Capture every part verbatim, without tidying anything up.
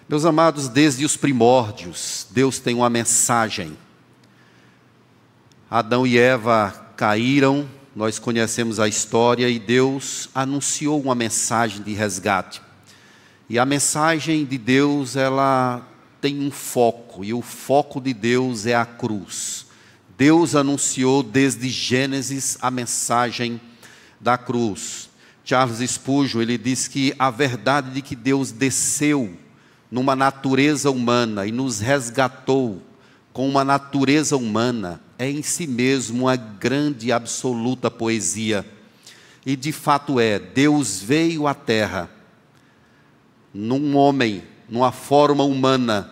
Meus amados, desde os primórdios, Deus tem uma mensagem. Adão e Eva caíram, nós conhecemos a história, e Deus anunciou uma mensagem de resgate. E a mensagem de Deus, ela tem um foco, e o foco de Deus é a cruz. Deus anunciou desde Gênesis a mensagem da cruz. Charles Spurgeon, ele diz que a verdade de que Deus desceu numa natureza humana e nos resgatou com uma natureza humana é em si mesmo uma grande e absoluta poesia. E de fato é, Deus veio à terra num homem, numa forma humana,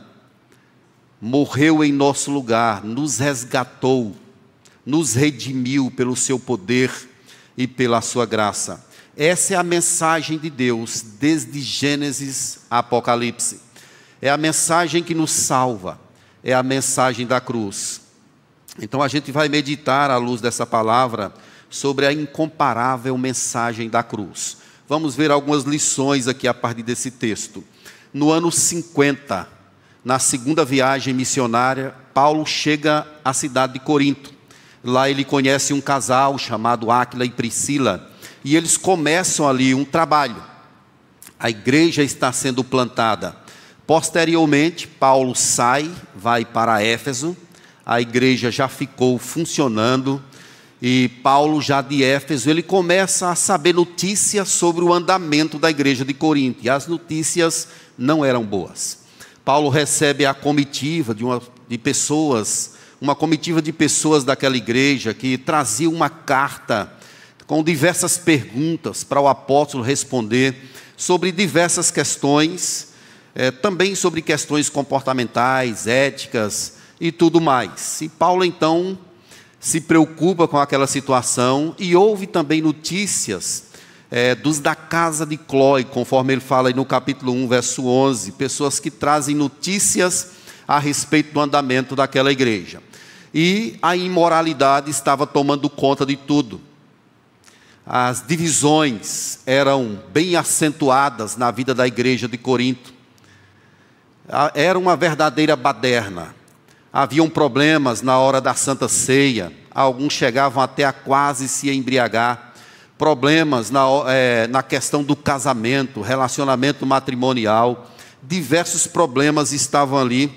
morreu em nosso lugar, nos resgatou, nos redimiu pelo seu poder e pela sua graça. Essa é a mensagem de Deus desde Gênesis a Apocalipse. É a mensagem que nos salva, é a mensagem da cruz. Então a gente vai meditar à luz dessa palavra sobre a incomparável mensagem da cruz. Vamos ver algumas lições aqui a partir desse texto. No ano cinquenta, na segunda viagem missionária, Paulo chega à cidade de Corinto. Lá ele conhece um casal chamado Áquila e Priscila, e eles começam ali um trabalho. A igreja está sendo plantada. Posteriormente, Paulo sai, vai para Éfeso. A igreja já ficou funcionando, e Paulo, já de Éfeso, ele começa a saber notícias sobre o andamento da igreja de Corinto, e as notícias não eram boas. Paulo recebe a comitiva de, uma, de pessoas, uma comitiva de pessoas daquela igreja, que trazia uma carta com diversas perguntas para o apóstolo responder sobre diversas questões, é, também sobre questões comportamentais, éticas e tudo mais. E Paulo então se preocupa com aquela situação, e houve também notícias é, dos da casa de Cloé, conforme ele fala aí no capítulo um, verso onze, pessoas que trazem notícias a respeito do andamento daquela igreja. E a imoralidade estava tomando conta de tudo. As divisões eram bem acentuadas na vida da igreja de Corinto. Era uma verdadeira baderna. Haviam problemas na hora da Santa Ceia. Alguns chegavam até a quase se embriagar. Problemas na, é, na questão do casamento, relacionamento matrimonial. Diversos problemas estavam ali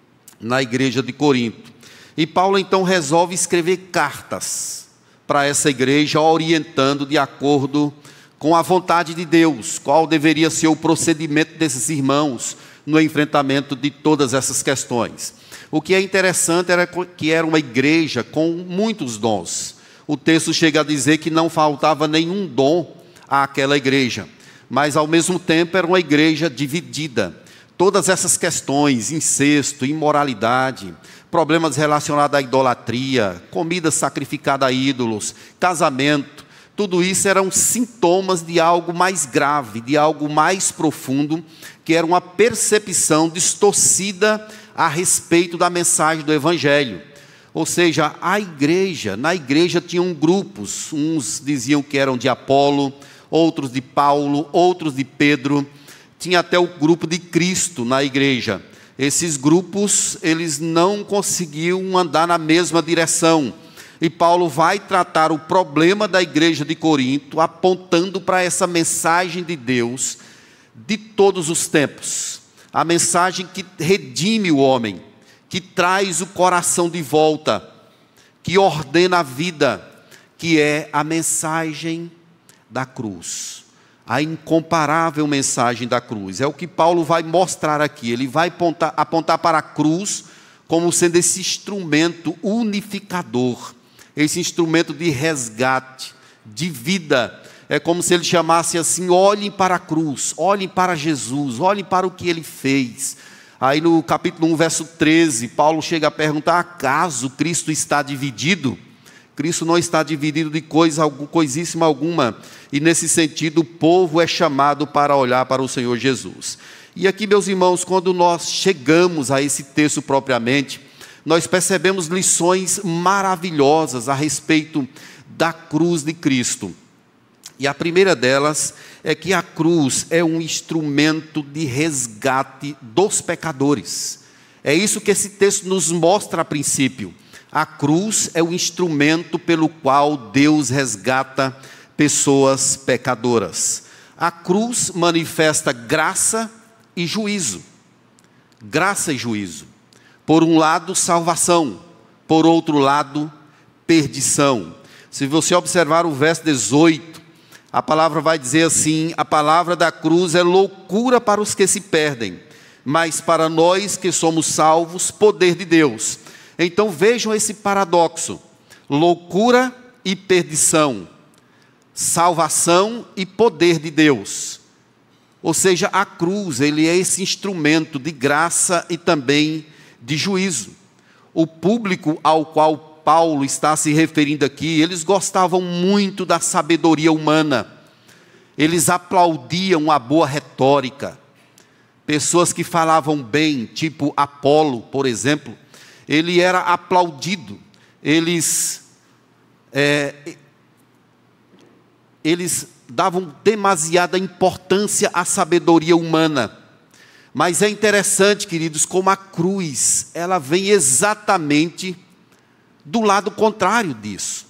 na igreja de Corinto. E Paulo então resolve escrever cartas para essa igreja, orientando de acordo com a vontade de Deus, qual deveria ser o procedimento desses irmãos no enfrentamento de todas essas questões. O que é interessante era que era uma igreja com muitos dons. O texto chega a dizer que não faltava nenhum dom àquela igreja, mas ao mesmo tempo era uma igreja dividida. Todas essas questões, incesto, imoralidade, problemas relacionados à idolatria, comida sacrificada a ídolos, casamento, tudo isso eram sintomas de algo mais grave, de algo mais profundo, que era uma percepção distorcida a respeito da mensagem do Evangelho. Ou seja, a igreja, na igreja tinham grupos, uns diziam que eram de Apolo, outros de Paulo, outros de Pedro, tinha até o grupo de Cristo na igreja. Esses grupos, eles não conseguiam andar na mesma direção. E Paulo vai tratar o problema da igreja de Corinto, apontando para essa mensagem de Deus de todos os tempos. A mensagem que redime o homem, que traz o coração de volta, que ordena a vida, que é a mensagem da cruz. A incomparável mensagem da cruz. É o que Paulo vai mostrar aqui. Ele vai apontar, apontar para a cruz como sendo esse instrumento unificador, esse instrumento de resgate, de vida. É como se ele chamasse assim: olhem para a cruz, olhem para Jesus, olhem para o que ele fez. Aí no capítulo um, verso treze, Paulo chega a perguntar: acaso Cristo está dividido? Cristo não está dividido de coisa, coisíssima alguma. E nesse sentido, o povo é chamado para olhar para o Senhor Jesus. E aqui, meus irmãos, quando nós chegamos a esse texto propriamente, nós percebemos lições maravilhosas a respeito da cruz de Cristo. E a primeira delas é que a cruz é um instrumento de resgate dos pecadores. É isso que esse texto nos mostra a princípio. A cruz é o instrumento pelo qual Deus resgata pessoas pecadoras. A cruz manifesta graça e juízo. Graça e juízo. Por um lado, salvação. Por outro lado, perdição. Se você observar o verso dezoito, a palavra vai dizer assim: a palavra da cruz é loucura para os que se perdem, mas para nós que somos salvos, poder de Deus. Então vejam esse paradoxo: loucura e perdição, salvação e poder de Deus. Ou seja, a cruz, ele é esse instrumento de graça e também de juízo. O público ao qual Paulo está se referindo aqui, eles gostavam muito da sabedoria humana. Eles aplaudiam a boa retórica. Pessoas que falavam bem, tipo Apolo, por exemplo, ele era aplaudido. Eles, é, eles davam demasiada importância à sabedoria humana. Mas é interessante, queridos, como a cruz, ela vem exatamente do lado contrário disso.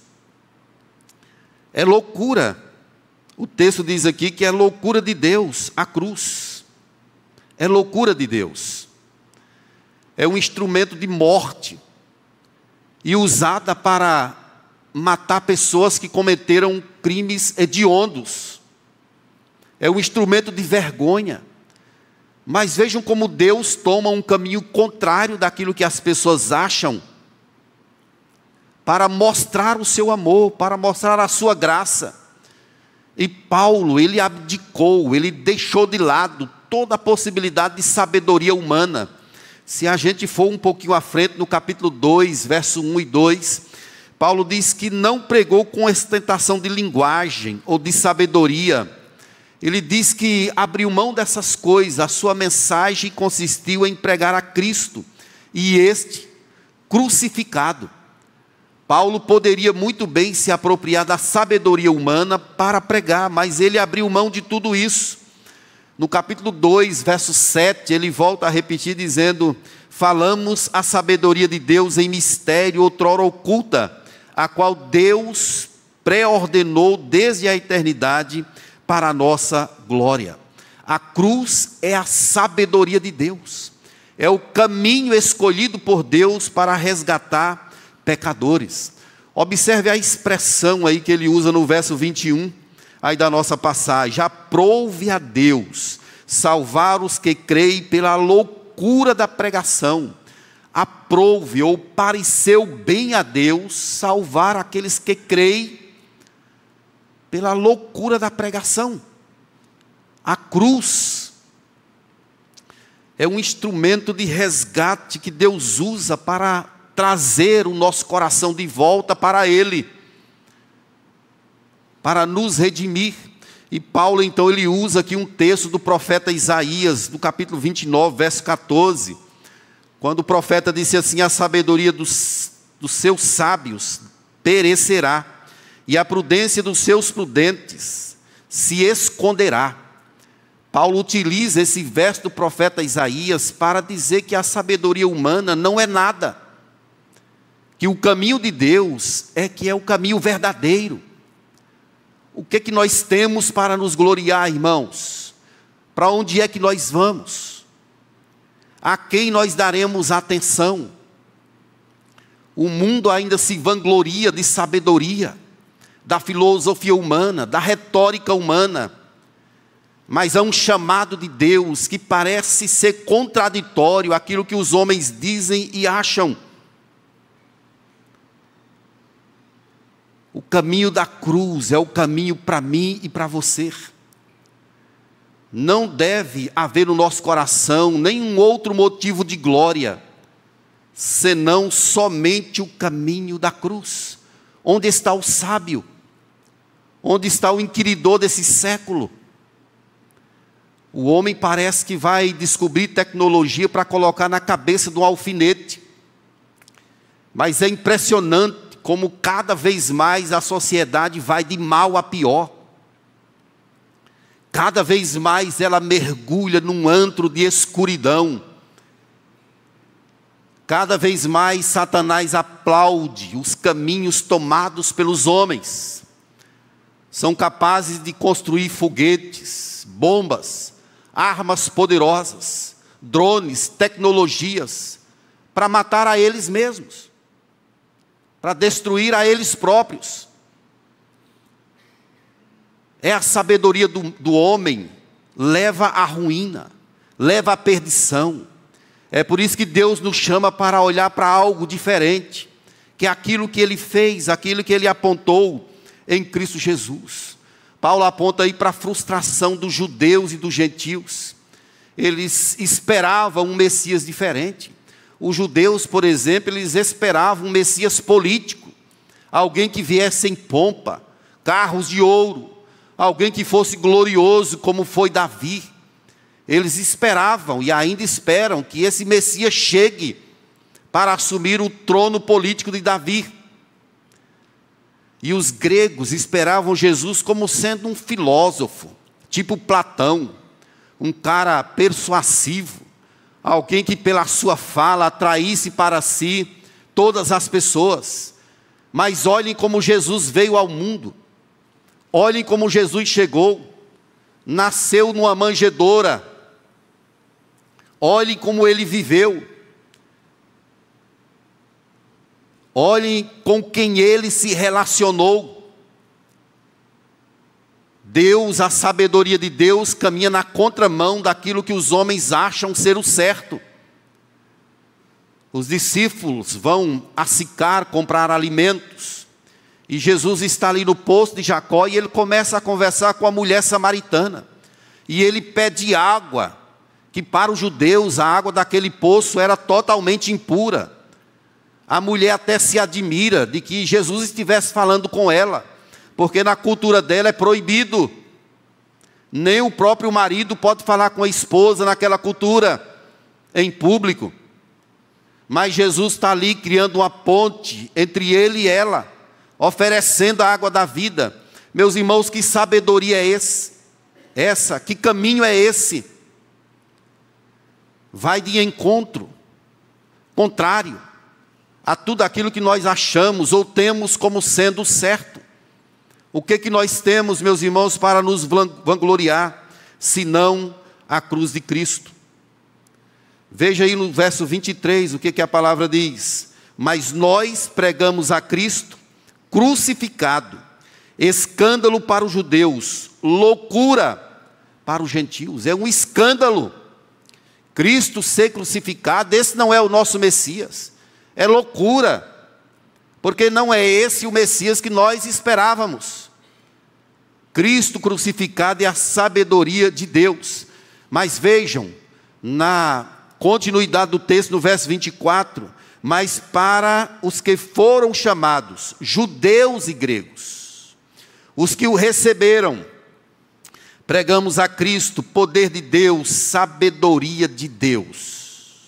É loucura. O texto diz aqui que é loucura de Deus, a cruz. É loucura de Deus. É um instrumento de morte e usada para matar pessoas que cometeram crimes hediondos. É um instrumento de vergonha. Mas vejam como Deus toma um caminho contrário daquilo que as pessoas acham, para mostrar o seu amor, para mostrar a sua graça. E Paulo, ele abdicou, ele deixou de lado toda a possibilidade de sabedoria humana. Se a gente for um pouquinho à frente, no capítulo dois, verso um e dois, Paulo diz que não pregou com ostentação de linguagem ou de sabedoria. Ele diz que abriu mão dessas coisas, a sua mensagem consistiu em pregar a Cristo, e este crucificado. Paulo poderia muito bem se apropriar da sabedoria humana para pregar, mas ele abriu mão de tudo isso. No capítulo dois, verso sete, ele volta a repetir dizendo: falamos a sabedoria de Deus em mistério, outrora oculta, a qual Deus pré-ordenou desde a eternidade para a nossa glória. A cruz é a sabedoria de Deus, é o caminho escolhido por Deus para resgatar pecadores. Observe a expressão aí que ele usa no verso vinte e um, aí da nossa passagem: aprouve a Deus salvar os que creem pela loucura da pregação. Aprouve ou pareceu bem a Deus salvar aqueles que creem pela loucura da pregação. A cruz é um instrumento de resgate que Deus usa para trazer o nosso coração de volta para Ele, para nos redimir. E Paulo, então, ele usa aqui um texto do profeta Isaías, do capítulo vinte e nove, verso catorze, quando o profeta disse assim: a sabedoria dos, dos seus sábios perecerá, e a prudência dos seus prudentes se esconderá. Paulo utiliza esse verso do profeta Isaías para dizer que a sabedoria humana não é nada, que o caminho de Deus é que é o caminho verdadeiro. O que é que nós temos para nos gloriar, irmãos? Para onde é que nós vamos? A quem nós daremos atenção? O mundo ainda se vangloria de sabedoria, da filosofia humana, da retórica humana, mas há um chamado de Deus que parece ser contraditório àquilo que os homens dizem e acham. O caminho da cruz é o caminho para mim e para você. Não deve haver no nosso coração nenhum outro motivo de glória, senão somente o caminho da cruz. Onde está o sábio? Onde está o inquiridor desse século? O homem parece que vai descobrir tecnologia para colocar na cabeça do alfinete. Mas é impressionante como cada vez mais a sociedade vai de mal a pior. Cada vez mais ela mergulha num antro de escuridão. Cada vez mais Satanás aplaude os caminhos tomados pelos homens. São capazes de construir foguetes, bombas, armas poderosas, drones, tecnologias, para matar a eles mesmos, para destruir a eles próprios. É a sabedoria do, do homem, leva à ruína, leva à perdição. É por isso que Deus nos chama para olhar para algo diferente, que é aquilo que Ele fez, aquilo que Ele apontou em Cristo Jesus. Paulo aponta aí para a frustração dos judeus e dos gentios. Eles esperavam um Messias diferente. Os judeus, por exemplo, eles esperavam um Messias político, alguém que viesse em pompa, carros de ouro, alguém que fosse glorioso como foi Davi. Eles esperavam e ainda esperam que esse Messias chegue para assumir o trono político de Davi. E os gregos esperavam Jesus como sendo um filósofo, tipo Platão, um cara persuasivo, alguém que pela sua fala atraísse para si todas as pessoas. Mas olhem como Jesus veio ao mundo. Olhem como Jesus chegou, nasceu numa manjedoura. Olhem como Ele viveu. Olhem com quem Ele se relacionou. Deus, a sabedoria de Deus, caminha na contramão daquilo que os homens acham ser o certo. Os discípulos vão a Sicar comprar alimentos. E Jesus está ali no poço de Jacó e ele começa a conversar com a mulher samaritana. E ele pede água, que para os judeus a água daquele poço era totalmente impura. A mulher até se admira de que Jesus estivesse falando com ela, porque na cultura dela é proibido. Nem o próprio marido pode falar com a esposa naquela cultura, em público. Mas Jesus está ali criando uma ponte entre ele e ela, oferecendo a água da vida. Meus irmãos, que sabedoria é esse? essa? Que caminho é esse? Vai de encontro, contrário a tudo aquilo que nós achamos ou temos como sendo certo. O que que nós temos, meus irmãos, para nos vangloriar, senão a cruz de Cristo? Veja aí no verso vinte e três, o que que a palavra diz: mas nós pregamos a Cristo crucificado, escândalo para os judeus, loucura para os gentios. É um escândalo Cristo ser crucificado. Esse não é o nosso Messias, é loucura, porque não é esse o Messias que nós esperávamos. Cristo crucificado é a sabedoria de Deus. Mas vejam, na continuidade do texto, no verso vinte e quatro, mas para os que foram chamados, judeus e gregos, os que o receberam, pregamos a Cristo, poder de Deus, sabedoria de Deus.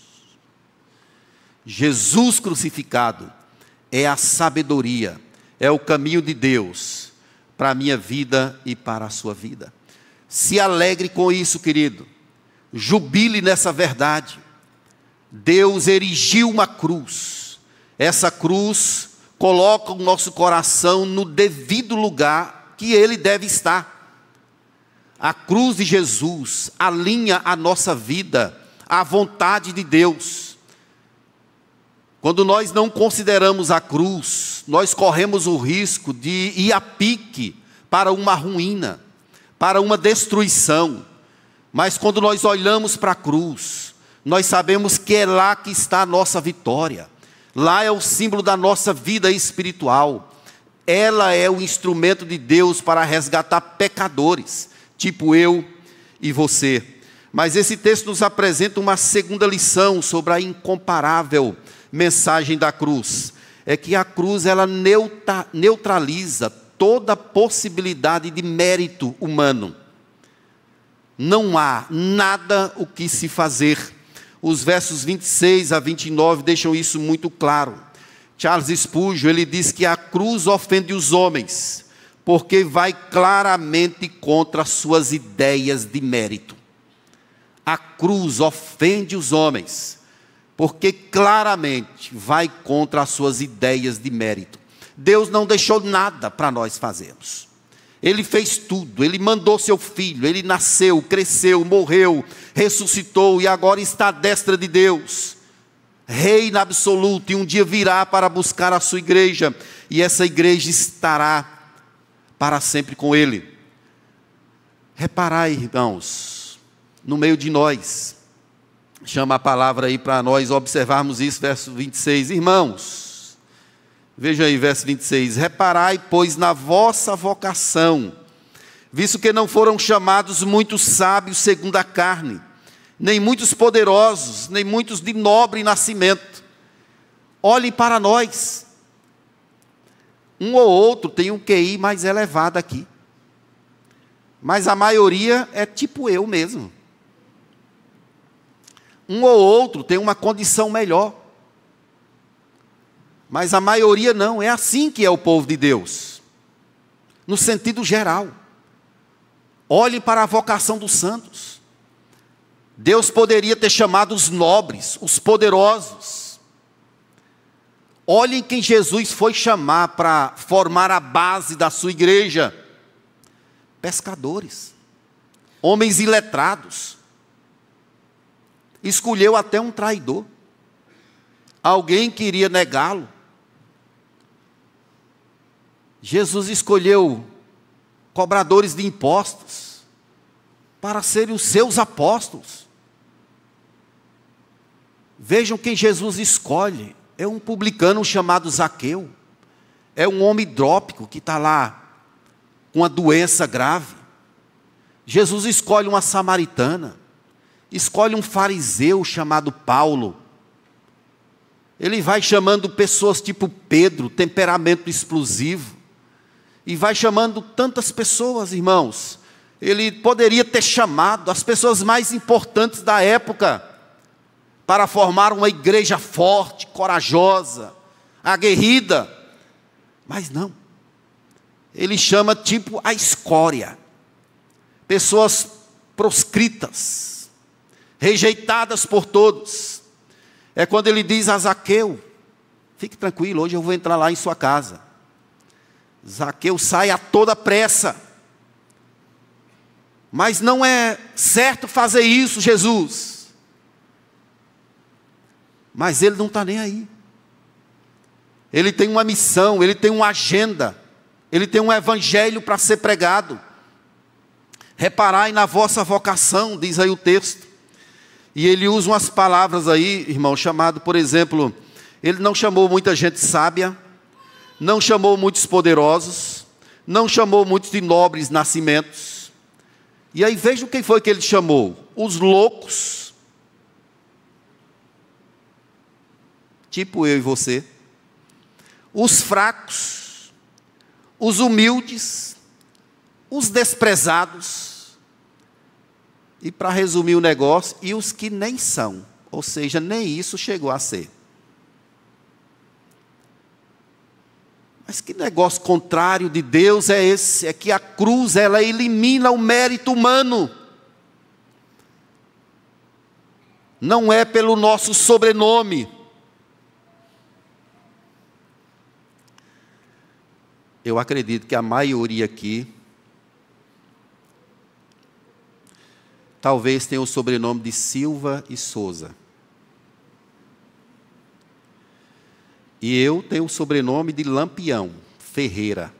Jesus crucificado é a sabedoria, é o caminho de Deus para a minha vida e para a sua vida. Se alegre com isso, querido, jubile nessa verdade. Deus erigiu uma cruz. Essa cruz coloca o nosso coração no devido lugar que ele deve estar. A cruz de Jesus alinha a nossa vida à vontade de Deus. Quando nós não consideramos a cruz, nós corremos o risco de ir a pique para uma ruína, para uma destruição. Mas quando nós olhamos para a cruz, nós sabemos que é lá que está a nossa vitória. Lá é o símbolo da nossa vida espiritual. Ela é o instrumento de Deus para resgatar pecadores, tipo eu e você. Mas esse texto nos apresenta uma segunda lição sobre a incomparável mensagem da cruz. É que a cruz, ela neutra, neutraliza toda possibilidade de mérito humano. Não há nada o que se fazer. Os versos vinte e seis a vinte e nove deixam isso muito claro. Charles Spurgeon, ele diz que a cruz ofende os homens, porque vai claramente contra as suas ideias de mérito. A cruz ofende os homens, porque claramente vai contra as suas ideias de mérito. Deus não deixou nada para nós fazermos. Ele fez tudo, Ele mandou seu Filho, Ele nasceu, cresceu, morreu, ressuscitou e agora está à destra de Deus. Reina absoluto, e um dia virá para buscar a sua igreja, e essa igreja estará para sempre com Ele. Reparai, irmãos, no meio de nós, chama a palavra aí para nós observarmos isso, verso vinte e seis, irmãos, veja aí, verso vinte e seis, reparai, pois, na vossa vocação, visto que não foram chamados muitos sábios segundo a carne, nem muitos poderosos, nem muitos de nobre nascimento. Olhem para nós. Um ou outro tem um Q I mais elevado aqui, mas a maioria é tipo eu mesmo. Um ou outro tem uma condição melhor, mas a maioria não. É assim que é o povo de Deus, no sentido geral. Olhe para a vocação dos santos. Deus poderia ter chamado os nobres, os poderosos. Olhem quem Jesus foi chamar para formar a base da sua igreja: pescadores, homens iletrados. Escolheu até um traidor, alguém que iria negá-lo. Jesus escolheu cobradores de impostos para serem os seus apóstolos. Vejam quem Jesus escolhe: é um publicano chamado Zaqueu, é um homem hidrópico que está lá com uma doença grave. Jesus escolhe uma samaritana, escolhe um fariseu chamado Paulo. Ele vai chamando pessoas tipo Pedro, temperamento explosivo, e vai chamando tantas pessoas, irmãos. Ele poderia ter chamado as pessoas mais importantes da época para formar uma igreja forte, corajosa, aguerrida, mas não. Ele chama tipo a escória, pessoas proscritas, rejeitadas por todos. É quando ele diz a Zaqueu: fique tranquilo, hoje eu vou entrar lá em sua casa. Zaqueu sai a toda pressa. Mas não é certo fazer isso, Jesus. Mas ele não está nem aí. Ele tem uma missão, ele tem uma agenda, ele tem um evangelho para ser pregado. Reparai na vossa vocação, diz aí o texto. E ele usa umas palavras aí, irmão, chamado, por exemplo, ele não chamou muita gente sábia, não chamou muitos poderosos, não chamou muitos de nobres nascimentos. E aí vejam quem foi que ele chamou: os loucos, tipo eu e você, os fracos, os humildes, os desprezados, e para resumir o negócio, e os que nem são, ou seja, nem isso chegou a ser. Mas que negócio contrário de Deus é esse? É que a cruz, ela elimina o mérito humano. Não é pelo nosso sobrenome. Eu acredito que a maioria aqui talvez tenha o sobrenome de Silva e Souza. E eu tenho o sobrenome de Lampião Ferreira.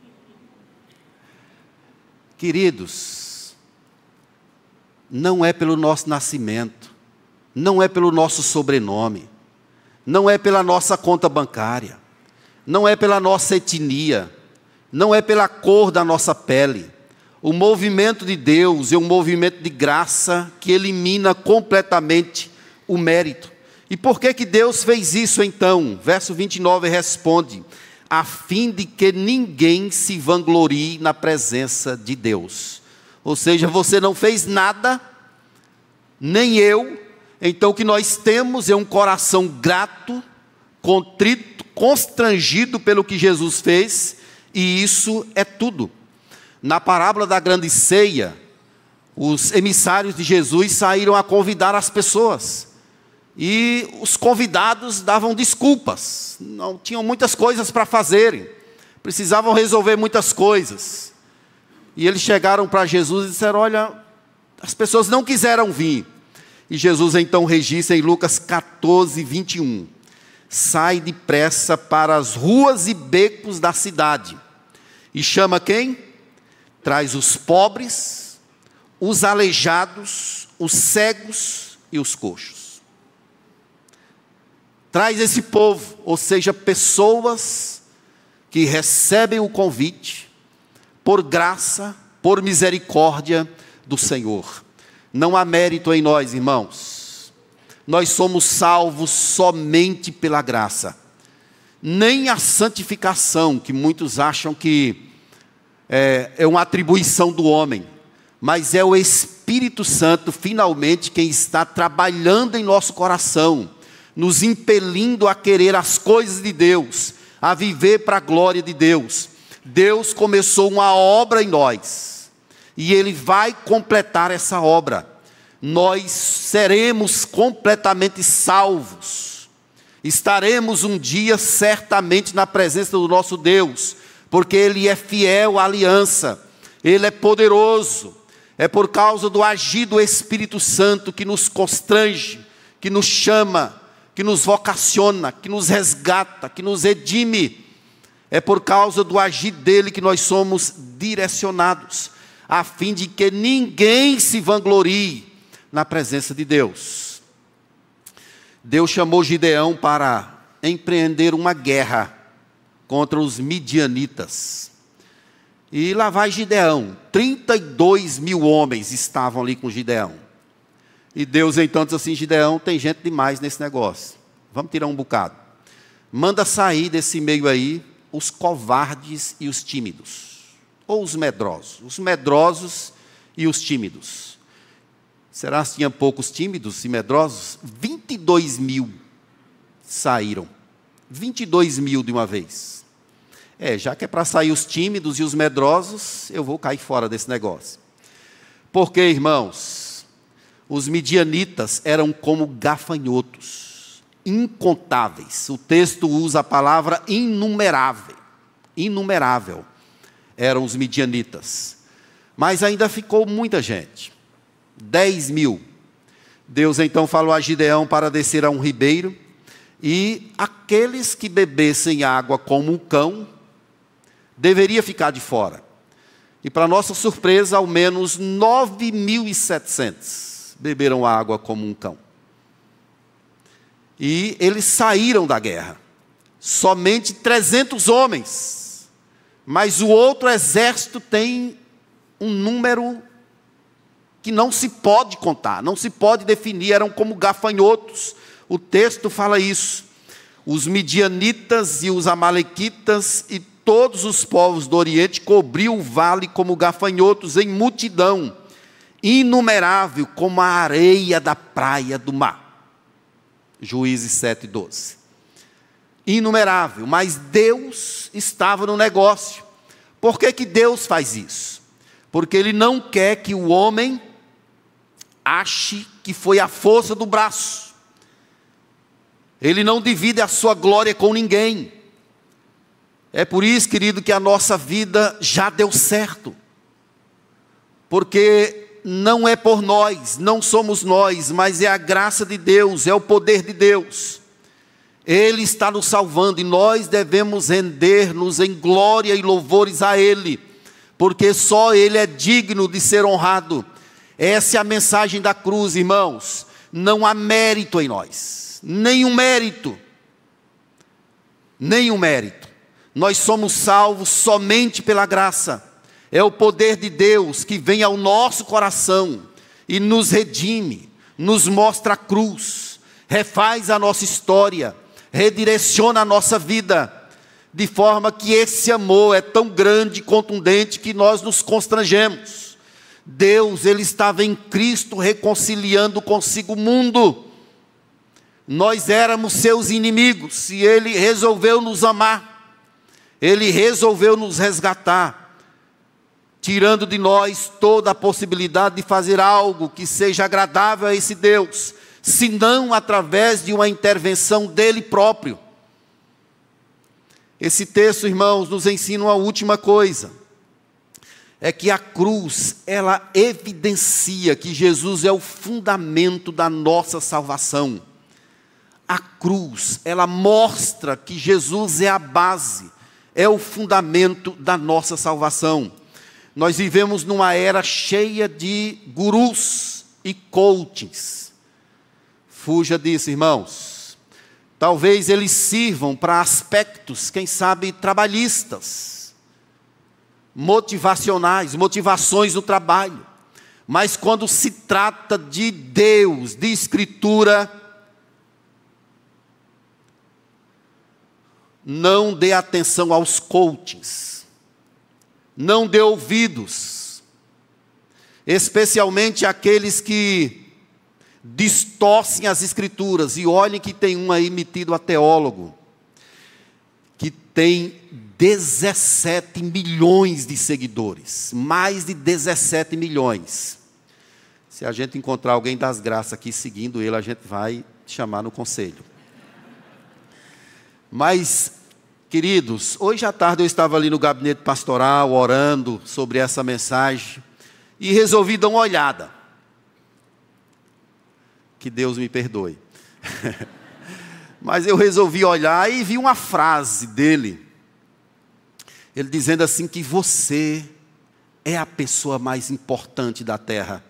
Queridos, não é pelo nosso nascimento, não é pelo nosso sobrenome, não é pela nossa conta bancária, não é pela nossa etnia, não é pela cor da nossa pele. O movimento de Deus é um movimento de graça que elimina completamente o mérito. E por que que Deus fez isso então? Verso vinte e nove responde: a fim de que ninguém se vanglorie na presença de Deus. Ou seja, você não fez nada, nem eu. Então o que nós temos é um coração grato, contrito, constrangido pelo que Jesus fez, E isso é tudo. Na parábola da grande ceia, os emissários de Jesus saíram a convidar as pessoas. E os convidados davam desculpas. Não tinham muitas coisas para fazerem. Precisavam resolver muitas coisas. E eles chegaram para Jesus e disseram: olha, as pessoas não quiseram vir. E Jesus então registra em Lucas catorze, vinte e um. Sai depressa para as ruas e becos da cidade. E chama quem? Traz os pobres, os aleijados, os cegos e os coxos. Traz esse povo, ou seja, pessoas que recebem o convite por graça, por misericórdia do Senhor. Não há mérito em nós, irmãos. Nós somos salvos somente pela graça. Nem a santificação, que muitos acham que é, é uma atribuição do homem, mas é o Espírito Santo, finalmente, quem está trabalhando em nosso coração, nos impelindo a querer as coisas de Deus, a viver para a glória de Deus. Deus começou uma obra em nós, e Ele vai completar essa obra. Nós seremos completamente salvos. Estaremos um dia certamente na presença do nosso Deus, porque Ele é fiel à aliança, Ele é poderoso. É por causa do agir do Espírito Santo que nos constrange, que nos chama, que nos vocaciona, que nos resgata, que nos redime. É por causa do agir dele que nós somos direcionados, a fim de que ninguém se vanglorie na presença de Deus. Deus chamou Gideão para empreender uma guerra contra os midianitas. E lá vai Gideão, trinta e dois mil homens estavam ali com Gideão. E Deus então diz assim: Gideão, tem gente demais nesse negócio, vamos tirar um bocado. Manda sair desse meio aí os covardes e os tímidos, ou os medrosos, os medrosos e os tímidos. Será que tinha poucos tímidos e medrosos? vinte e dois mil saíram, vinte e dois mil de uma vez. É, já que é para sair os tímidos e os medrosos, eu vou cair fora desse negócio. Porque, irmãos, os midianitas eram como gafanhotos, incontáveis. O texto usa a palavra inumerável. Inumerável eram os midianitas. Mas ainda ficou muita gente. Dez mil. Deus então falou a Gideão para descer a um ribeiro, e aqueles que bebessem água como um cão, deveria ficar de fora. E para nossa surpresa, ao menos nove mil e setecentos beberam água como um cão. E eles saíram da guerra. Somente trezentos homens. Mas o outro exército tem um número que não se pode contar, não se pode definir, eram como gafanhotos. O texto fala isso. Os midianitas e os amalequitas e todos os povos do Oriente cobriam o vale como gafanhotos em multidão, inumerável como a areia da praia do mar. Juízes sete, doze. Inumerável, mas Deus estava no negócio. Por que que Deus faz isso? Porque Ele não quer que o homem ache que foi a força do braço. Ele não divide a sua glória com ninguém. É por isso, querido, que a nossa vida já deu certo. Porque não é por nós, não somos nós, mas é a graça de Deus, é o poder de Deus. Ele está nos salvando e nós devemos render-nos em glória e louvores a Ele, porque só Ele é digno de ser honrado. Essa é a mensagem da cruz, irmãos. Não há mérito em nós, nenhum mérito, nenhum mérito. Nós somos salvos somente pela graça. É o poder de Deus que vem ao nosso coração e nos redime, nos mostra a cruz, refaz a nossa história, redireciona a nossa vida, de forma que esse amor é tão grande e contundente que nós nos constrangemos. Deus, Ele estava em Cristo reconciliando consigo o mundo. Nós éramos seus inimigos e Ele resolveu nos amar. Ele resolveu nos resgatar, tirando de nós toda a possibilidade de fazer algo que seja agradável a esse Deus, senão através de uma intervenção dele próprio. Esse texto, irmãos, nos ensina uma última coisa. É que a cruz, ela evidencia que Jesus é o fundamento da nossa salvação. A cruz, ela mostra que Jesus é a base, é o fundamento da nossa salvação. Nós vivemos numa era cheia de gurus e coachings. Fuja disso, irmãos. Talvez eles sirvam para aspectos, quem sabe, trabalhistas, motivacionais, motivações no trabalho. Mas quando se trata de Deus, de Escritura, não dê atenção aos coachings, não dê ouvidos, especialmente aqueles que distorcem as Escrituras. E olhem que tem um aí metido a teólogo, que tem dezessete milhões de seguidores, mais de dezessete milhões. Se a gente encontrar alguém das graças aqui seguindo ele, a gente vai chamar no conselho. Mas, queridos, hoje à tarde eu estava ali no gabinete pastoral, orando sobre essa mensagem, e resolvi dar uma olhada. Que Deus me perdoe. Mas eu resolvi olhar e vi uma frase dele. Ele dizendo assim que você é a pessoa mais importante da terra.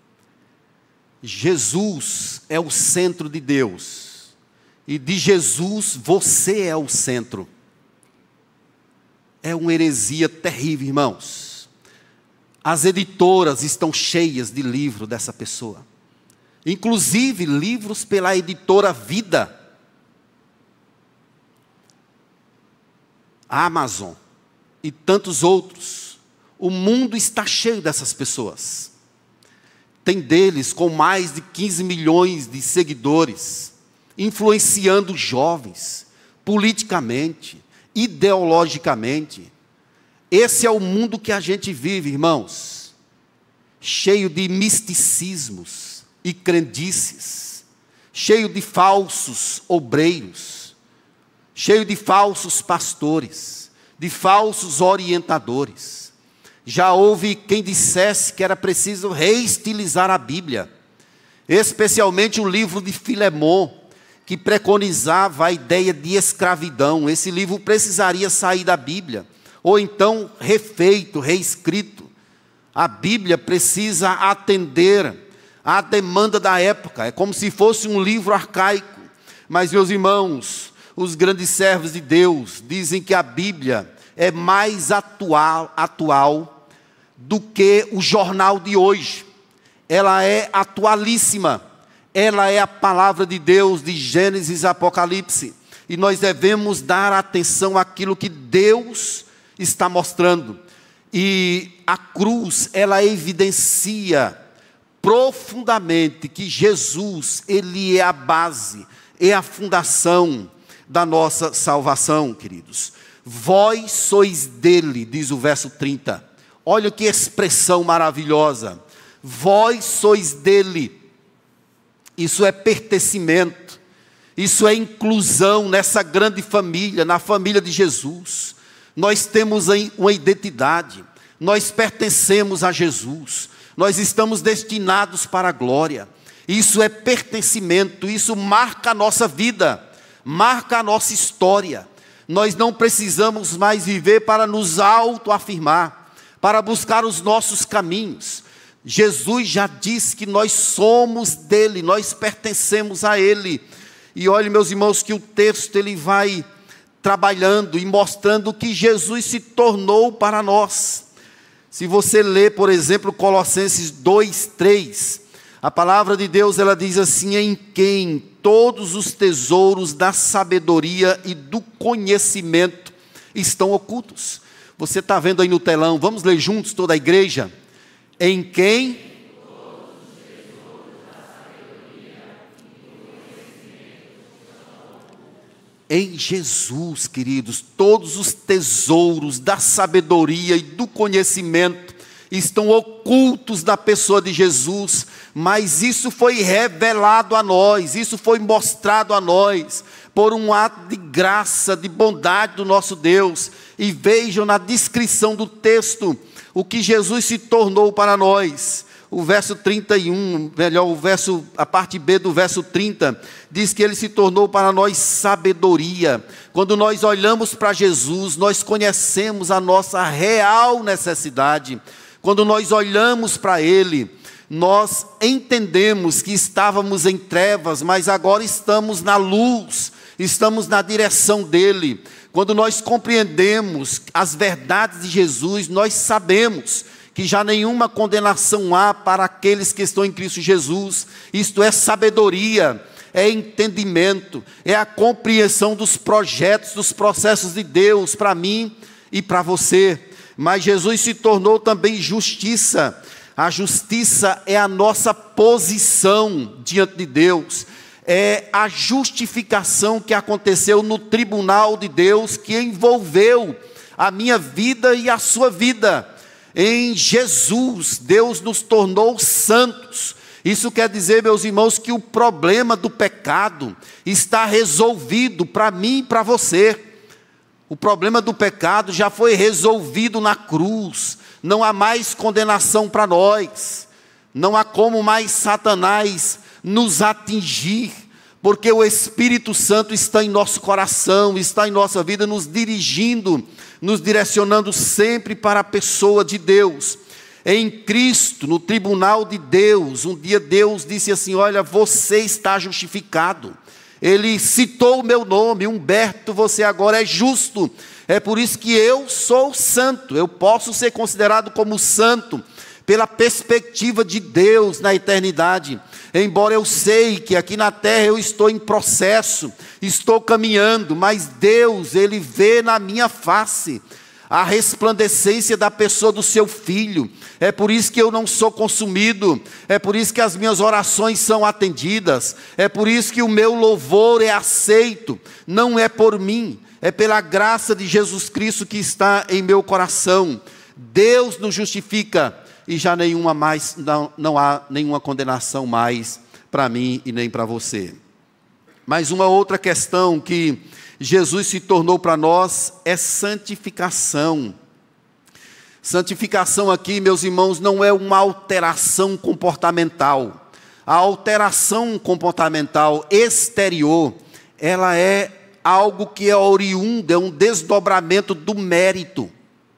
Jesus é o centro de Deus. E de Jesus você é o centro. É uma heresia terrível, irmãos. As editoras estão cheias de livros dessa pessoa. Inclusive livros pela editora Vida. A Amazon e tantos outros. O mundo está cheio dessas pessoas. Tem deles com mais de quinze milhões de seguidores, influenciando jovens, politicamente, ideologicamente. Esse é o mundo que a gente vive, irmãos, cheio de misticismos e crendices, cheio de falsos obreiros, cheio de falsos pastores, de falsos orientadores. Já houve quem dissesse que era preciso reestilizar a Bíblia, especialmente o livro de Filemon, que preconizava a ideia de escravidão. Esse livro precisaria sair da Bíblia, ou então refeito, reescrito. A Bíblia precisa atender à demanda da época, é como se fosse um livro arcaico. Mas, meus irmãos, os grandes servos de Deus dizem que a Bíblia é mais atual, atual do que o jornal de hoje. Ela é atualíssima. Ela é a palavra de Deus de Gênesis e Apocalipse. E nós devemos dar atenção àquilo que Deus está mostrando. E a cruz, ela evidencia profundamente que Jesus, ele é a base, é a fundação da nossa salvação, queridos. Vós sois dele, diz o verso trinta. Olha que expressão maravilhosa. Vós sois dele. Isso é pertencimento. Isso é inclusão nessa grande família, na família de Jesus. Nós temos uma identidade. Nós pertencemos a Jesus. Nós estamos destinados para a glória. Isso é pertencimento. Isso marca a nossa vida. Marca a nossa história. Nós não precisamos mais viver para nos autoafirmar, para buscar os nossos caminhos. Jesus já disse que nós somos dele, nós pertencemos a ele. E olhe, meus irmãos, que o texto ele vai trabalhando e mostrando que Jesus se tornou para nós. Se você ler, por exemplo, Colossenses dois, três, a palavra de Deus ela diz assim: em quem todos os tesouros da sabedoria e do conhecimento estão ocultos. Você está vendo aí no telão, vamos ler juntos toda a igreja? Em quem todos os tesouros da sabedoria e do conhecimento estão ocultos. Em Jesus, queridos, todos os tesouros da sabedoria e do conhecimento estão ocultos na pessoa de Jesus, mas isso foi revelado a nós, isso foi mostrado a nós, por um ato de graça, de bondade do nosso Deus. E vejam na descrição do texto, o que Jesus se tornou para nós. O verso trinta e um, melhor, o verso, a parte B do verso trinta, diz que ele se tornou para nós sabedoria. Quando nós olhamos para Jesus, nós conhecemos a nossa real necessidade. Quando nós olhamos para ele, nós entendemos que estávamos em trevas, mas agora estamos na luz, estamos na direção dele. Quando nós compreendemos as verdades de Jesus, nós sabemos que já nenhuma condenação há para aqueles que estão em Cristo Jesus. Isto é sabedoria, é entendimento, é a compreensão dos projetos, dos processos de Deus para mim e para você. Mas Jesus se tornou também justiça. A justiça é a nossa posição diante de Deus. É a justificação que aconteceu no tribunal de Deus, que envolveu a minha vida e a sua vida. Em Jesus, Deus nos tornou santos. Isso quer dizer, meus irmãos, que o problema do pecado está resolvido para mim e para você. O problema do pecado já foi resolvido na cruz. Não há mais condenação para nós. Não há como mais Satanás nos atingir, porque o Espírito Santo está em nosso coração, está em nossa vida, nos dirigindo, nos direcionando sempre para a pessoa de Deus. Em Cristo, no tribunal de Deus, um dia Deus disse assim: olha, você está justificado. Ele citou o meu nome: Humberto, você agora é justo. É por isso que eu sou santo, eu posso ser considerado como santo, pela perspectiva de Deus na eternidade. Embora eu sei que aqui na terra eu estou em processo, estou caminhando, mas Deus, Ele vê na minha face a resplandecência da pessoa do seu Filho. É por isso que eu não sou consumido, é por isso que as minhas orações são atendidas, é por isso que o meu louvor é aceito. Não é por mim, é pela graça de Jesus Cristo que está em meu coração. Deus nos justifica, e já nenhuma mais, não, não há nenhuma condenação mais para mim e nem para você. Mas uma outra questão que Jesus se tornou para nós é santificação. Santificação aqui, meus irmãos, não é uma alteração comportamental. A alteração comportamental exterior, ela é algo que é oriundo, é um desdobramento do mérito.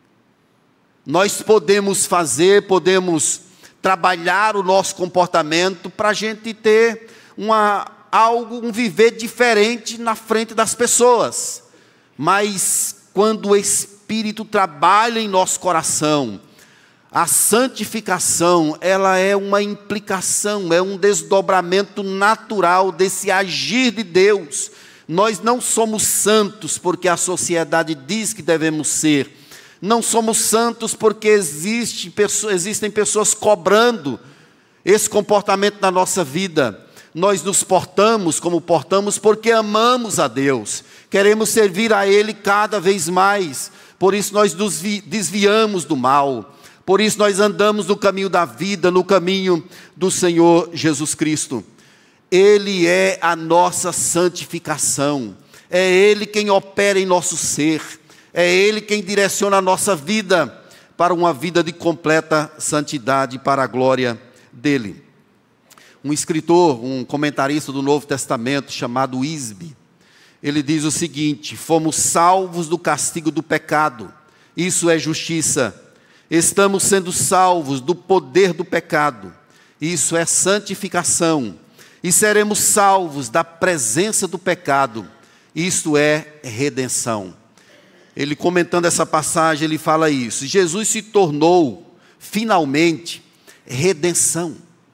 Nós podemos fazer, podemos trabalhar o nosso comportamento para a gente ter uma, algo, um viver diferente na frente das pessoas. Mas quando o Espírito trabalha em nosso coração, a santificação, ela é uma implicação, é um desdobramento natural desse agir de Deus. Nós não somos santos porque a sociedade diz que devemos ser. Não somos santos porque existe, existem pessoas cobrando esse comportamento na nossa vida. Nós nos portamos como portamos porque amamos a Deus. Queremos servir a Ele cada vez mais. Por isso nós nos desviamos do mal. Por isso nós andamos no caminho da vida, no caminho do Senhor Jesus Cristo. Ele é a nossa santificação. É Ele quem opera em nosso ser. É Ele quem direciona a nossa vida para uma vida de completa santidade, para a glória dEle. Um escritor, um comentarista do Novo Testamento, chamado Wisby, ele diz o seguinte: fomos salvos do castigo do pecado, isso é justiça. Estamos sendo salvos do poder do pecado, isso é santificação. E seremos salvos da presença do pecado, isto é redenção. Ele, comentando essa passagem, ele fala isso: Jesus se tornou, finalmente, redenção.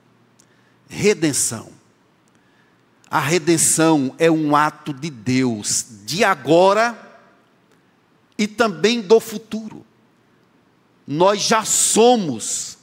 Redenção. A redenção é um ato de Deus, de agora e também do futuro. Nós já somos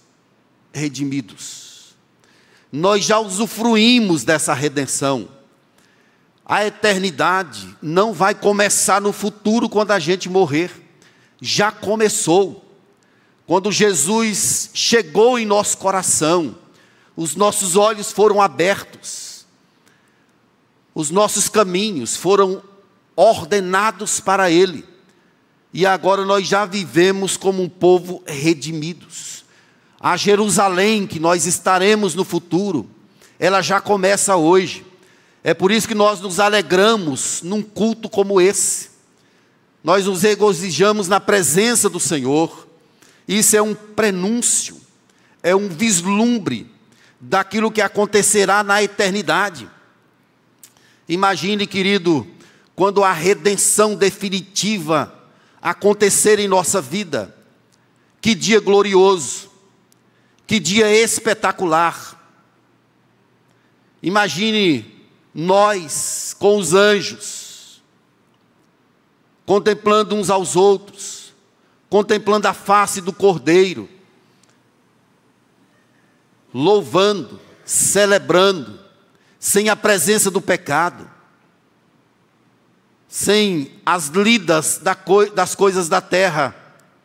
redimidos. Nós já usufruímos dessa redenção. A eternidade não vai começar no futuro quando a gente morrer. Já começou. Quando Jesus chegou em nosso coração, os nossos olhos foram abertos. Os nossos caminhos foram ordenados para Ele. E agora nós já vivemos como um povo redimidos. A Jerusalém que nós estaremos no futuro, ela já começa hoje. É por isso que nós nos alegramos num culto como esse. Nós nos regozijamos na presença do Senhor. Isso é um prenúncio, é um vislumbre daquilo que acontecerá na eternidade. Imagine, querido, quando a redenção definitiva acontecer em nossa vida. Que dia glorioso, que dia espetacular. Imagine nós com os anjos, contemplando uns aos outros, contemplando a face do Cordeiro, louvando, celebrando, sem a presença do pecado, sem as lidas das coisas da terra.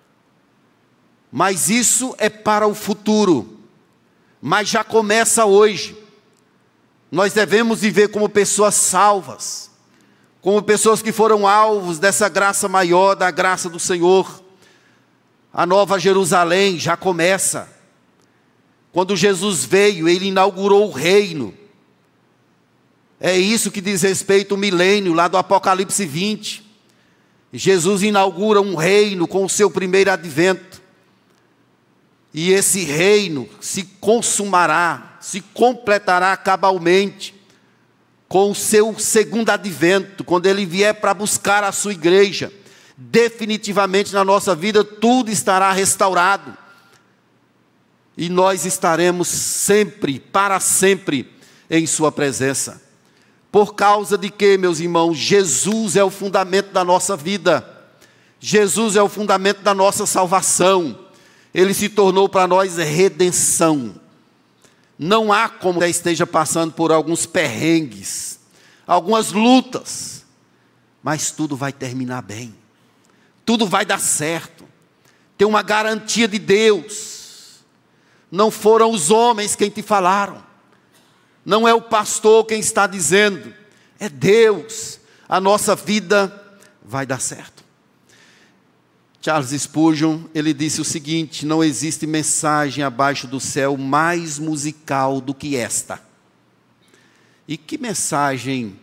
Mas isso é para o futuro, mas já começa hoje. Nós devemos viver como pessoas salvas, como pessoas que foram alvos dessa graça maior, da graça do Senhor. A nova Jerusalém já começa. Quando Jesus veio, Ele inaugurou o reino. É isso que diz respeito ao milênio, lá do Apocalipse vinte. Jesus inaugura um reino com o seu primeiro advento. E esse reino se consumará, se completará cabalmente com o seu segundo advento, quando Ele vier para buscar a sua igreja. Definitivamente na nossa vida tudo estará restaurado. E nós estaremos sempre, para sempre, em sua presença. Por causa de que, meus irmãos? Jesus é o fundamento da nossa vida. Jesus é o fundamento da nossa salvação. Ele se tornou para nós redenção. Não há como você esteja passando por alguns perrengues, algumas lutas, mas tudo vai terminar bem. Tudo vai dar certo. Tem uma garantia de Deus. Não foram os homens quem te falaram. Não é o pastor quem está dizendo. É Deus. A nossa vida vai dar certo. Charles Spurgeon, ele disse o seguinte: não existe mensagem abaixo do céu mais musical do que esta. E que mensagem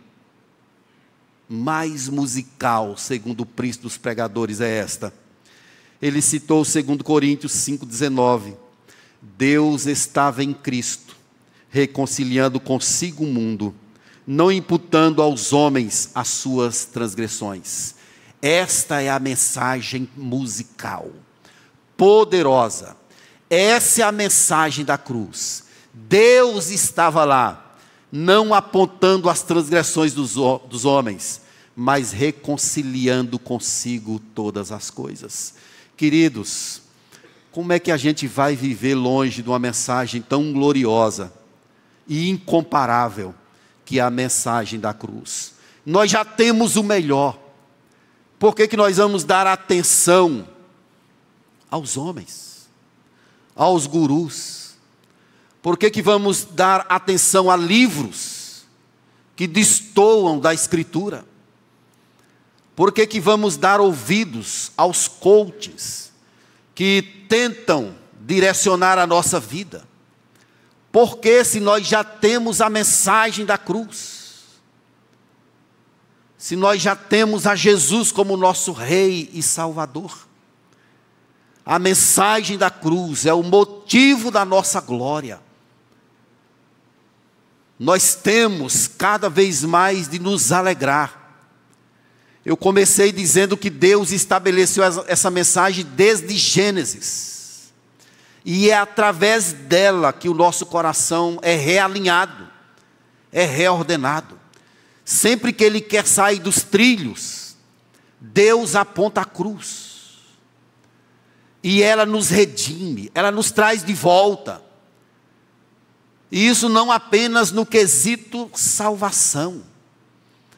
mais musical, segundo o príncipe dos pregadores, é esta? Ele citou segundo Coríntios cinco, dezenove. Deus estava em Cristo, reconciliando consigo o mundo, não imputando aos homens as suas transgressões. Esta é a mensagem musical, poderosa. Essa é a mensagem da cruz. Deus estava lá, não apontando as transgressões dos, dos homens, mas reconciliando consigo todas as coisas. Queridos, como é que a gente vai viver longe de uma mensagem tão gloriosa e incomparável, que é a mensagem da cruz? Nós já temos o melhor. Por que que nós vamos dar atenção aos homens, aos gurus? Por que que vamos dar atenção a livros que destoam da Escritura? Por que que vamos dar ouvidos aos coaches que tentam direcionar a nossa vida? Porque se nós já temos a mensagem da cruz, se nós já temos a Jesus como nosso Rei e Salvador, a mensagem da cruz é o motivo da nossa glória. Nós temos cada vez mais de nos alegrar. Eu comecei dizendo que Deus estabeleceu essa mensagem desde Gênesis. E é através dela que o nosso coração é realinhado, é reordenado. Sempre que Ele quer sair dos trilhos, Deus aponta a cruz. E ela nos redime, ela nos traz de volta. E isso não apenas no quesito salvação,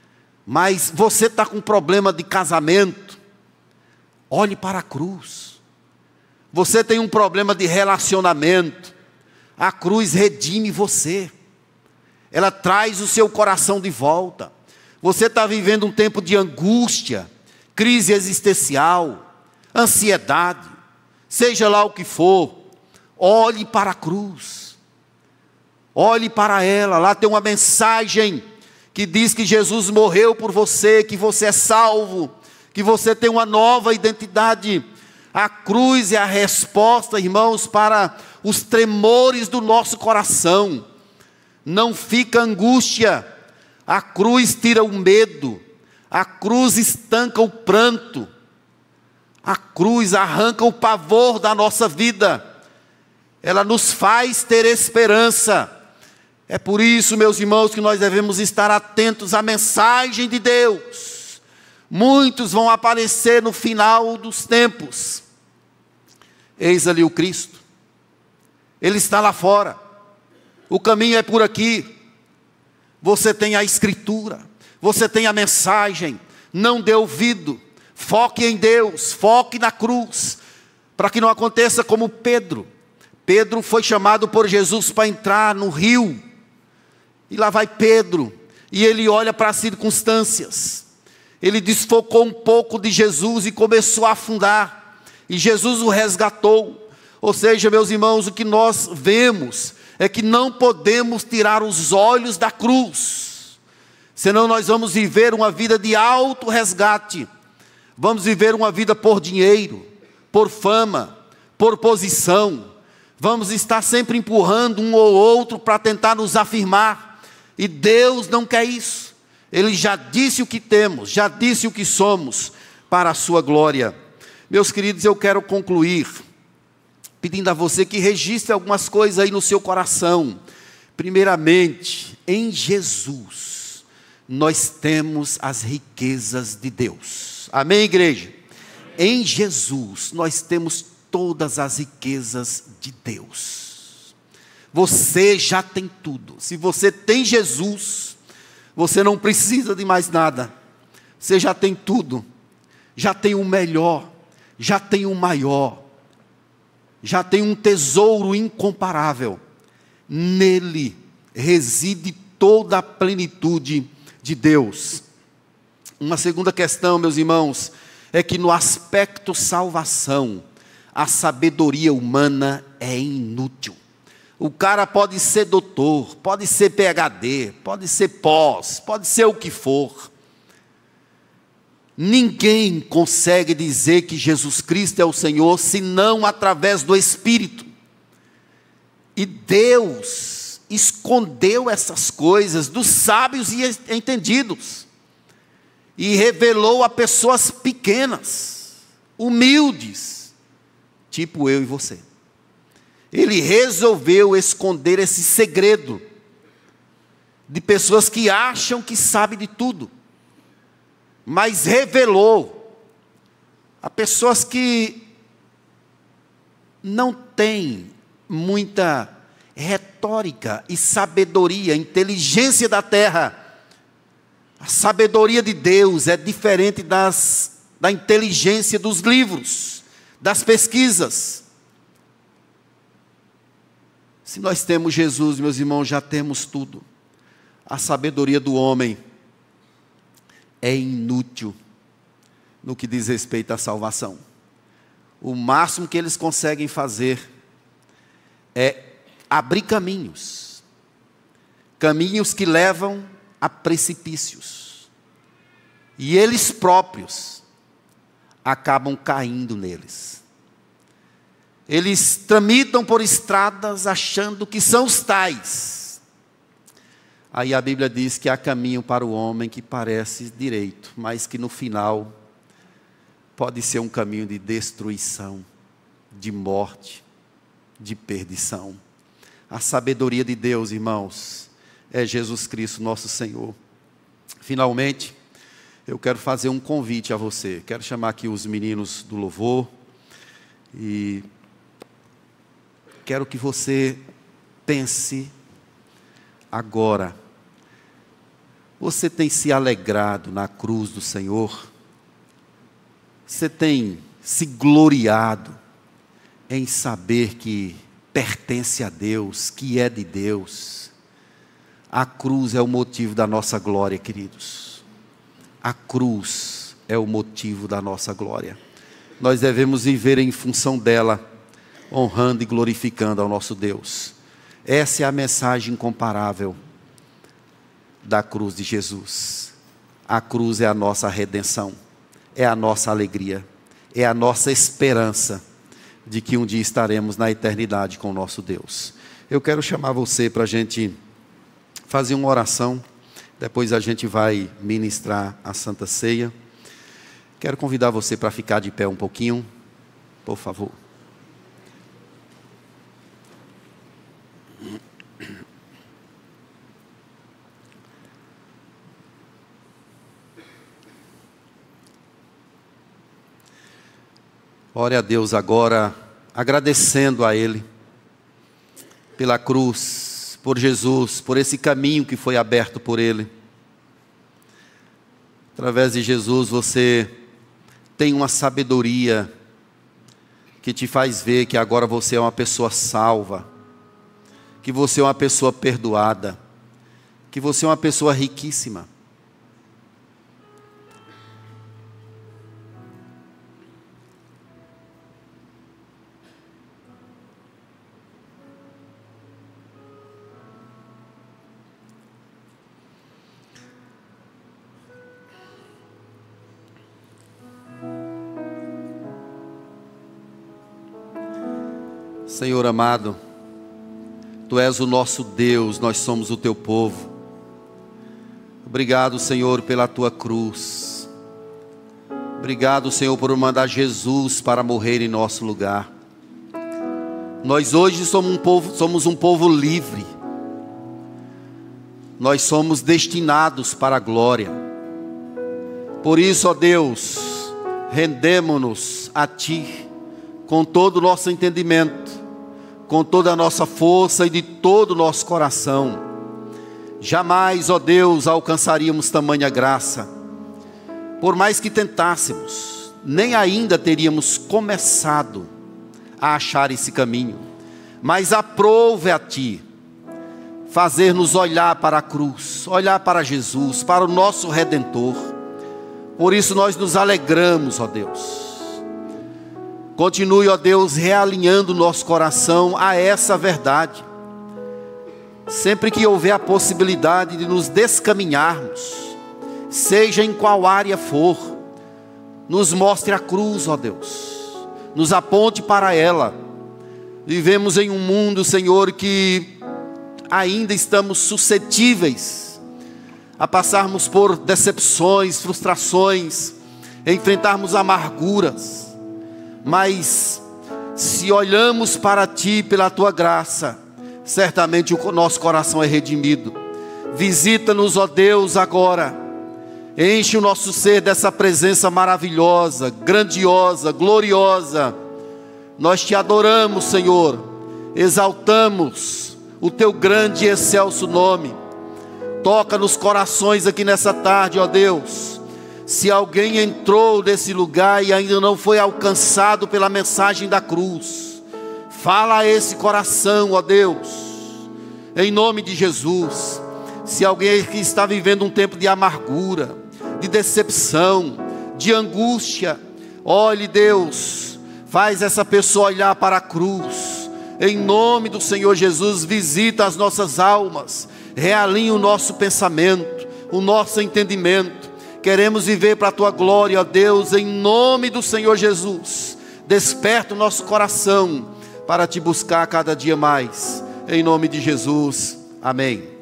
Mas você está com problema de casamento, olhe para a cruz. Você tem um problema de relacionamento, a cruz redime você. Ela traz o seu coração de volta. Você está vivendo um tempo de angústia, crise existencial, ansiedade, seja lá o que for, olhe para a cruz. Olhe para ela, lá tem uma mensagem que diz que Jesus morreu por você, que você é salvo, que você tem uma nova identidade. A cruz é a resposta, irmãos, para os tremores do nosso coração. Não fica angústia, a cruz tira o medo, a cruz estanca o pranto, a cruz arranca o pavor da nossa vida, ela nos faz ter esperança. É por isso, meus irmãos, que nós devemos estar atentos à mensagem de Deus. Muitos vão aparecer no final dos tempos. Eis ali o Cristo, Ele está lá fora, o caminho é por aqui. Você tem a Escritura, você tem a mensagem, não dê ouvido, foque em Deus, foque na cruz, para que não aconteça como Pedro. Pedro foi chamado por Jesus para entrar no rio, e lá vai Pedro, e ele olha para as circunstâncias, ele desfocou um pouco de Jesus e começou a afundar, e Jesus o resgatou. Ou seja, meus irmãos, o que nós vemos é que não podemos tirar os olhos da cruz, senão nós vamos viver uma vida de alto resgate, vamos viver uma vida por dinheiro, por fama, por posição, vamos estar sempre empurrando um ou outro para tentar nos afirmar, e Deus não quer isso. Ele já disse o que temos, já disse o que somos, para a sua glória. Meus queridos, eu quero concluir pedindo a você que registre algumas coisas aí no seu coração. Primeiramente, em Jesus, nós temos as riquezas de Deus. Amém, igreja? Em Jesus, nós temos todas as riquezas de Deus. Você já tem tudo. Se você tem Jesus, você não precisa de mais nada. Você já tem tudo. Já tem o melhor, já tem o maior, já tem um tesouro incomparável. Nele reside toda a plenitude de Deus. Uma segunda questão, meus irmãos, é que no aspecto salvação, a sabedoria humana é inútil. O cara pode ser doutor, pode ser P H D, pode ser pós, pode ser o que for. Ninguém consegue dizer que Jesus Cristo é o Senhor, senão através do Espírito. E Deus escondeu essas coisas dos sábios e entendidos, e revelou a pessoas pequenas, humildes, tipo eu e você. Ele resolveu esconder esse segredo de pessoas que acham que sabem de tudo, mas revelou a pessoas que não têm muita retórica e sabedoria, inteligência da terra. A sabedoria de Deus é diferente das, da inteligência dos livros, das pesquisas. Se nós temos Jesus, meus irmãos, já temos tudo. A sabedoria do homem é inútil no que diz respeito à salvação. O máximo que eles conseguem fazer é abrir caminhos, caminhos que levam a precipícios, e eles próprios acabam caindo neles. Eles tramitam por estradas achando que são os tais. Aí a Bíblia diz que há caminho para o homem que parece direito, mas que no final pode ser um caminho de destruição, de morte, de perdição. A sabedoria de Deus, irmãos, é Jesus Cristo, nosso Senhor. Finalmente, eu quero fazer um convite a você. Quero chamar aqui os meninos do louvor e quero que você pense agora Você tem se alegrado na cruz do Senhor? Você tem se gloriado em saber que pertence a Deus, que é de Deus? A cruz é o motivo da nossa glória, queridos. A cruz é o motivo da nossa glória. Nós devemos viver em função dela, honrando e glorificando ao nosso Deus. Essa é a mensagem incomparável da cruz de Jesus. A cruz é a nossa redenção, é a nossa alegria, é a nossa esperança de que um dia estaremos na eternidade com o nosso Deus. Eu quero chamar você para a gente fazer uma oração, depois a gente vai ministrar a Santa Ceia. Quero convidar você para ficar de pé um pouquinho, por favor. Ore a Deus agora, agradecendo a Ele pela cruz, por Jesus, por esse caminho que foi aberto por Ele. Através de Jesus você tem uma sabedoria que te faz ver que agora você é uma pessoa salva, que você é uma pessoa perdoada, que você é uma pessoa riquíssima. Senhor amado, Tu és o nosso Deus, nós somos o Teu povo. Obrigado, Senhor, pela Tua cruz. Obrigado, Senhor, por mandar Jesus para morrer em nosso lugar. Nós hoje somos um povo, somos um povo livre. Nós somos destinados para a glória. Por isso, ó Deus, rendemo-nos a Ti com todo o nosso entendimento, com toda a nossa força e de todo o nosso coração. Jamais, ó Deus, alcançaríamos tamanha graça. Por mais que tentássemos, nem ainda teríamos começado a achar esse caminho. Mas aprove a Ti fazer-nos olhar para a cruz, olhar para Jesus, para o nosso Redentor. Por isso nós nos alegramos, ó Deus. Continue, ó Deus, realinhando o nosso coração a essa verdade. Sempre que houver a possibilidade de nos descaminharmos, seja em qual área for, nos mostre a cruz, ó Deus. Nos aponte para ela. Vivemos em um mundo, Senhor, que ainda estamos suscetíveis a passarmos por decepções, frustrações, enfrentarmos amarguras. Mas se olhamos para Ti pela Tua graça, certamente o nosso coração é redimido. Visita-nos, ó Deus, agora. Enche o nosso ser dessa presença maravilhosa, grandiosa, gloriosa. Nós Te adoramos, Senhor. Exaltamos o Teu grande e excelso nome. Toca nos corações aqui nessa tarde, ó Deus. Se alguém entrou nesse lugar e ainda não foi alcançado pela mensagem da cruz, fala a esse coração, ó Deus, em nome de Jesus. Se alguém que está vivendo um tempo de amargura, de decepção, de angústia, olhe, Deus, faz essa pessoa olhar para a cruz. Em nome do Senhor Jesus, visita as nossas almas, realinha o nosso pensamento, o nosso entendimento. Queremos viver para a Tua glória, ó Deus, em nome do Senhor Jesus. Desperta o nosso coração para Te buscar cada dia mais. Em nome de Jesus, amém.